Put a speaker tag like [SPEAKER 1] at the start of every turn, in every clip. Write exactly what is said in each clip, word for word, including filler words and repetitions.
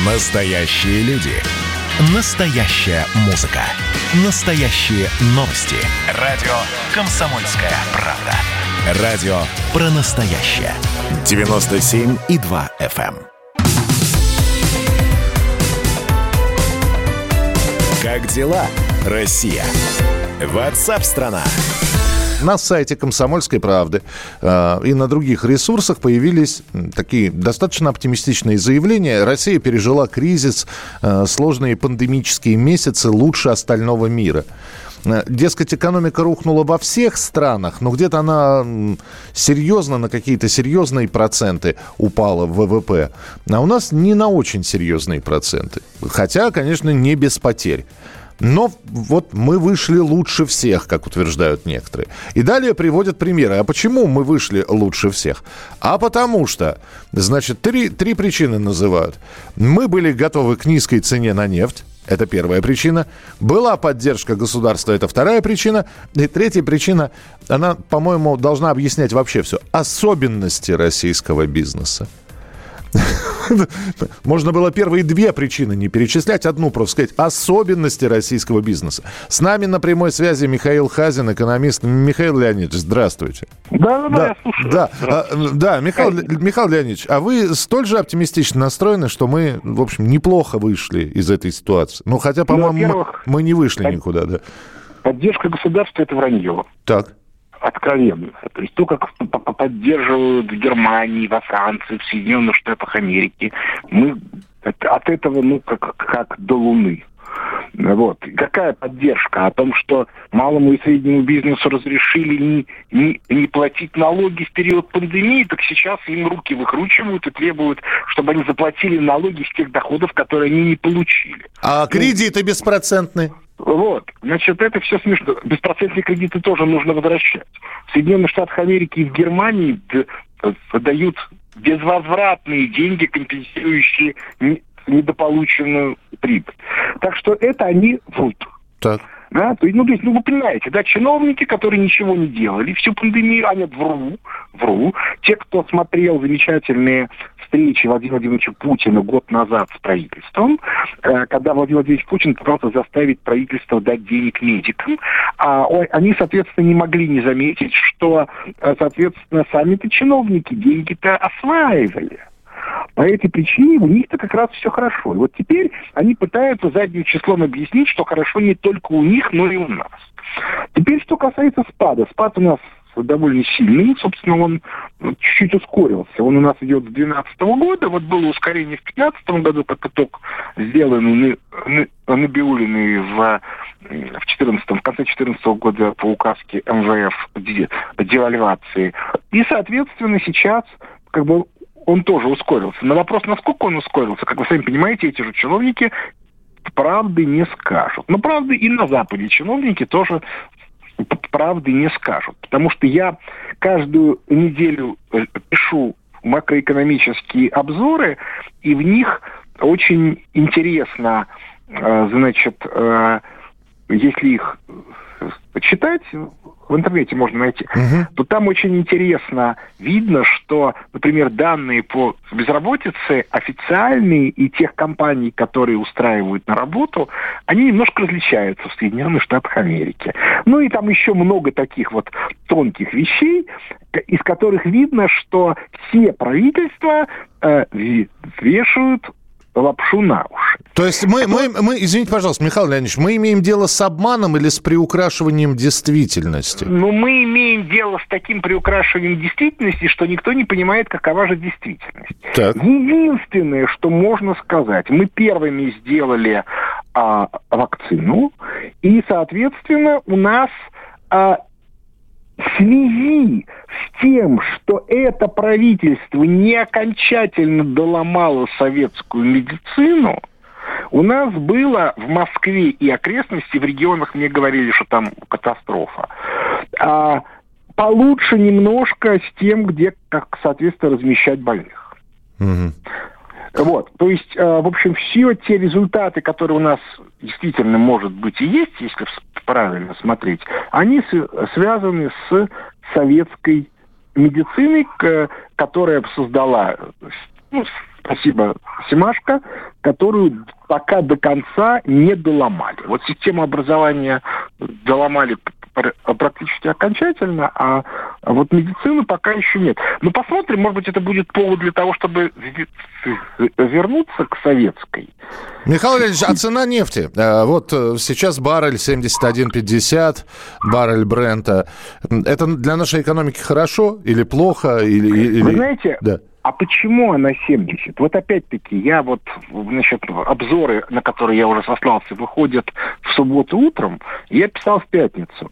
[SPEAKER 1] Настоящие люди. Настоящая музыка. Настоящие новости. Радио «Комсомольская правда». Радио про настоящее. девяносто семь и два эф эм. Как дела, Россия? Ватсап-страна!
[SPEAKER 2] На сайте «Комсомольской правды» э, и на других ресурсах появились такие достаточно оптимистичные заявления. Россия пережила кризис, э, сложные пандемические месяцы лучше остального мира. Дескать, экономика рухнула во всех странах, но где-то она серьезно, на какие-то серьезные проценты упала в вэ вэ пэ. А у нас не на очень серьезные проценты. Хотя, конечно, не без потерь. Но вот мы вышли лучше всех, как утверждают некоторые. И далее приводят примеры. А почему мы вышли лучше всех? А потому что, значит, три, три причины называют. Мы были готовы к низкой цене на нефть. Это первая причина. Была поддержка государства. Это вторая причина. И третья причина, она, по-моему, должна объяснять вообще все. Особенности российского бизнеса. Можно было первые две причины не перечислять, одну просто сказать: особенности российского бизнеса. С нами на прямой связи Михаил Хазин, экономист. Михаил Леонидович, здравствуйте.
[SPEAKER 3] Да, да, да, я слушаю.
[SPEAKER 2] Да, а, да, Михаил, Михаил Леонидович, а вы столь же оптимистично настроены, что мы, в общем, неплохо вышли из этой ситуации? Ну, хотя, по-моему, мы не вышли никуда, да.
[SPEAKER 3] Поддержка государства – это вранье.
[SPEAKER 2] Так.
[SPEAKER 3] Откровенно. То есть то, как поддерживают в Германии, во Франции, в Соединенных Штатах Америки, мы от этого, ну, как, как до Луны. Вот. Какая поддержка? О том, что малому и среднему бизнесу разрешили не, не, не платить налоги в период пандемии, так сейчас им руки выкручивают и требуют, чтобы они заплатили налоги с тех доходов, которые они не получили.
[SPEAKER 2] А кредиты ну, беспроцентные?
[SPEAKER 3] Вот, значит, это все смешно. Беспроцентные кредиты тоже нужно возвращать. В Соединенных Штатах Америки и в Германии дают безвозвратные деньги, компенсирующие недополученную прибыль. Так что это они врут.
[SPEAKER 2] Так.
[SPEAKER 3] Да? То есть, ну, то есть, ну, вы понимаете, да, чиновники, которые ничего не делали всю пандемию, они вру, вру. Те, кто смотрел замечательные встречи Владимира Владимировича Путина год назад с правительством, э, когда Владимир Владимирович Путин пытался заставить правительство дать денег медикам, а о, они, соответственно, не могли не заметить, что, соответственно, сами-то чиновники деньги-то осваивали. По этой причине у них-то как раз все хорошо. И вот теперь они пытаются задним числом объяснить, что хорошо не только у них, но и у нас. Теперь, что касается спада. Спад у нас довольно сильный. Собственно, он чуть-чуть ускорился. Он у нас идет с две тысячи двенадцатого года. Вот было ускорение в две тысячи пятнадцатом году, как итог сделанный Набиуллиной в, в, четырнадцатом, в конце две тысячи четырнадцатого года по указке эм вэ эф девальвации. И, соответственно, сейчас как бы он тоже ускорился. На вопрос, насколько он ускорился, как вы сами понимаете, эти же чиновники правды не скажут. Но правды и на Западе чиновники тоже правды не скажут. Потому что я каждую неделю пишу макроэкономические обзоры, и в них очень интересно, значит, если их читать, в интернете можно найти, uh-huh. то там очень интересно видно, что, например, данные по безработице официальные и тех компаний, которые устраивают на работу, они немножко различаются в Соединенных Штатах Америки. Ну и там еще много таких вот тонких вещей, из которых видно, что все правительства э, вешают лапшу на уши.
[SPEAKER 2] То есть мы, мы, мы, извините, пожалуйста, Михаил Леонидович, мы имеем дело с обманом или с приукрашиванием действительности?
[SPEAKER 3] Ну, мы имеем дело с таким приукрашиванием действительности, что никто не понимает, какова же действительность. Так. Единственное, что можно сказать, мы первыми сделали а, вакцину, и, соответственно, у нас а, в связи с тем, что это правительство не окончательно доломало советскую медицину, у нас было в Москве и окрестности, в регионах мне говорили, что там катастрофа, а, получше немножко с тем, где, как, соответственно, размещать больных. Угу. Вот, то есть, в общем, все те результаты, которые у нас действительно, может быть, и есть, если правильно смотреть, они связаны с советской медициной, которая создала, ну, спасибо, Семашко, которую пока до конца не доломали. Вот систему образования доломали практически окончательно, а вот медицины пока еще нет. Но посмотрим, может быть, это будет повод для того, чтобы вернуться к советской.
[SPEAKER 2] Михаил Валерьевич, а цена нефти? Вот сейчас баррель семьдесят один пятьдесят, баррель Брента. Это для нашей экономики хорошо или плохо? Или, или...
[SPEAKER 3] Вы знаете...
[SPEAKER 2] Да.
[SPEAKER 3] А почему она семьдесят? Вот опять-таки, я вот, значит, обзоры, на которые я уже сослался, выходят в субботу утром, я писал в пятницу.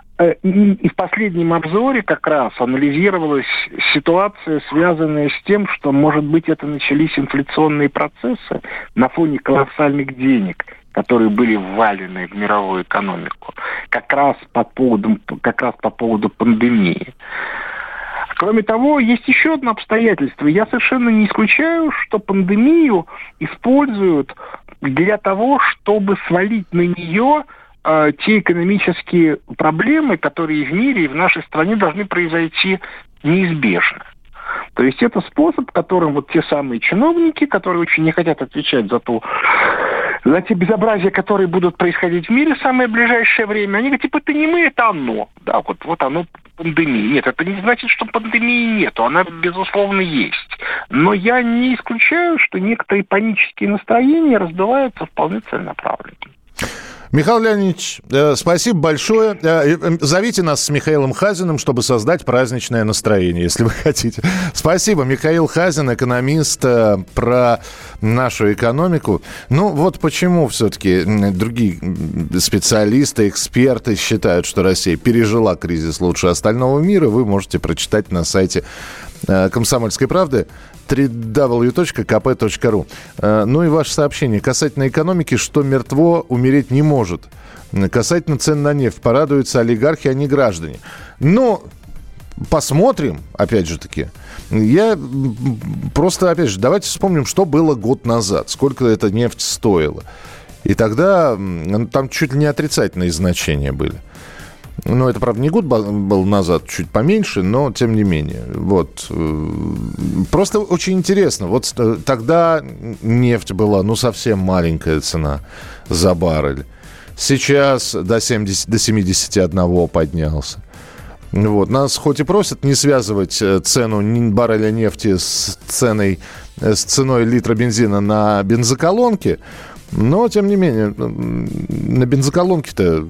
[SPEAKER 3] И в последнем обзоре как раз анализировалась ситуация, связанная с тем, что, может быть, это начались инфляционные процессы на фоне колоссальных денег, которые были ввалены в мировую экономику, как раз по поводу, как раз по поводу пандемии. Кроме того, есть еще одно обстоятельство. Я совершенно не исключаю, что пандемию используют для того, чтобы свалить на нее э, те экономические проблемы, которые в мире и в нашей стране должны произойти неизбежно. То есть это способ, которым вот те самые чиновники, которые очень не хотят отвечать за то, за те безобразия, которые будут происходить в мире в самое ближайшее время, они говорят, типа, это не мы, это оно. Да, вот, вот оно, пандемия. Нет, это не значит, что пандемии нету. Она, безусловно, есть. Но я не исключаю, что некоторые панические настроения раздуваются вполне целенаправленно.
[SPEAKER 2] Михаил Леонидович, э, спасибо большое. Э, э, зовите нас с Михаилом Хазиным, чтобы создать праздничное настроение, если вы хотите. Спасибо. Михаил Хазин, экономист, э, про нашу экономику. Ну, вот почему все-таки другие специалисты, эксперты считают, что Россия пережила кризис лучше остального мира. Вы можете прочитать на сайте э, «Комсомольской правды» дабл ю дабл ю дабл ю точка ка пэ точка ру. Ну и ваше сообщение касательно экономики, что мертво умереть не может. Касательно цен на нефть. Порадуются олигархи, а не граждане. Ну, посмотрим, опять же таки. Я просто, опять же, давайте вспомним, что было год назад. Сколько эта нефть стоила. И тогда там чуть ли не отрицательные значения были. Ну, это, правда, не год был назад, чуть поменьше, но тем не менее. Вот. Просто очень интересно. Вот тогда нефть была, ну, совсем маленькая цена за баррель. Сейчас до, семидесяти, до семидесяти одного поднялся. Вот. Нас хоть и просят не связывать цену барреля нефти с ценой, с ценой литра бензина на бензоколонке, но, тем не менее, на бензоколонке-то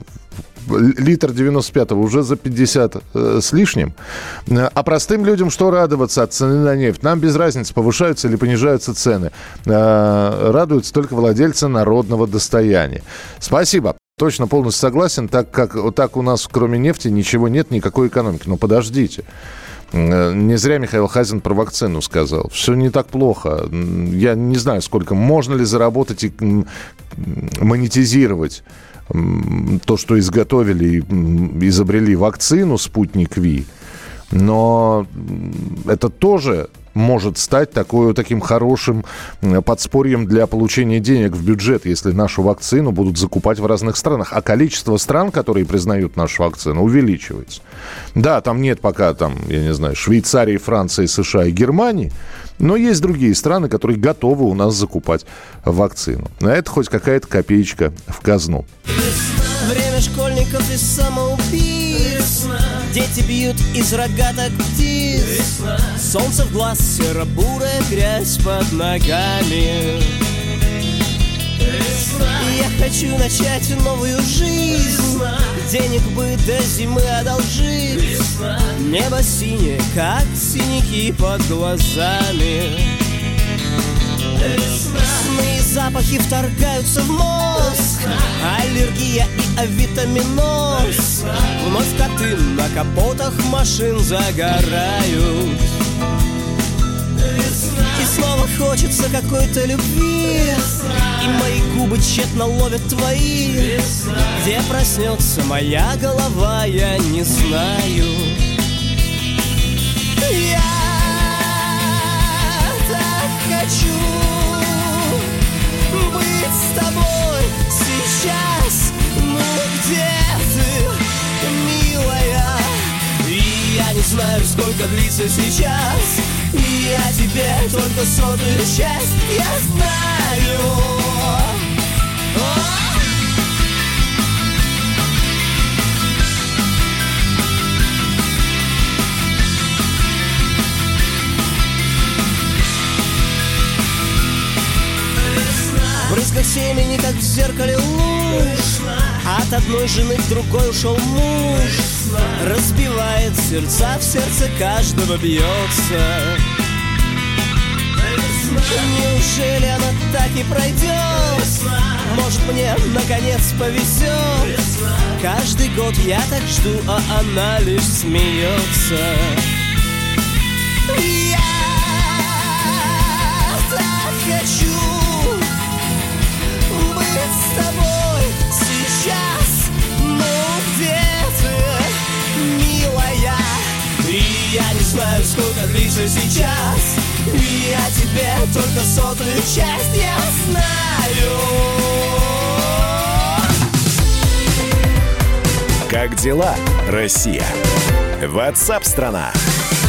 [SPEAKER 2] литр девяносто пятого уже за пятьдесят э, с лишним. А простым людям что радоваться от цены на нефть? Нам без разницы, повышаются или понижаются цены. Э, радуются только владельцы народного достояния. Спасибо. Точно, полностью согласен. Так как так у нас кроме нефти ничего нет, никакой экономики. Но подождите. Не зря Михаил Хазин про вакцину сказал. Все не так плохо. Я не знаю, сколько. Можно ли заработать и монетизировать то, что изготовили и изобрели вакцину «Спутник Ви». Но это тоже может стать такой, таким хорошим подспорьем для получения денег в бюджет, если нашу вакцину будут закупать в разных странах. А количество стран, которые признают нашу вакцину, увеличивается. Да, там нет пока, там, я не знаю, Швейцарии, Франции, США и Германии, но есть другие страны, которые готовы у нас закупать вакцину. А это хоть какая-то копеечка в казну.
[SPEAKER 4] Время школьников и самоубийц. Дети бьют из рогаток птиц. Солнце в глаз, серо-бурая грязь под ногами. Я хочу начать новую жизнь. Денег бы до зимы одолжить. Небо синее, как синяки под глазами. Сны и запахи вторгаются в мозг. Аллергия и авитаминоз. Вновь коты на капотах машин загорают. И снова хочется какой-то любви. И мои губы тщетно ловят твои. Где проснется моя голова, я не знаю. Я так хочу быть с тобой сейчас. Ну где ты, милая? И я не знаю, сколько длится сейчас И я тебе только сотую часть, я знаю. В брызгах семени, как в зеркале луж, от одной жены к другой ушел муж. Разбивает сердца, в сердце каждого бьется. Неужели она так и пройдет? Может, мне наконец повезет? Каждый год я так жду, а она лишь смеется. Я так хочу быть с тобой сейчас. Ну где ты, милая? И я не знаю, сколько длится сейчас. И я тебе только сотую часть, я знаю.
[SPEAKER 1] Как дела, Россия? WhatsApp-страна.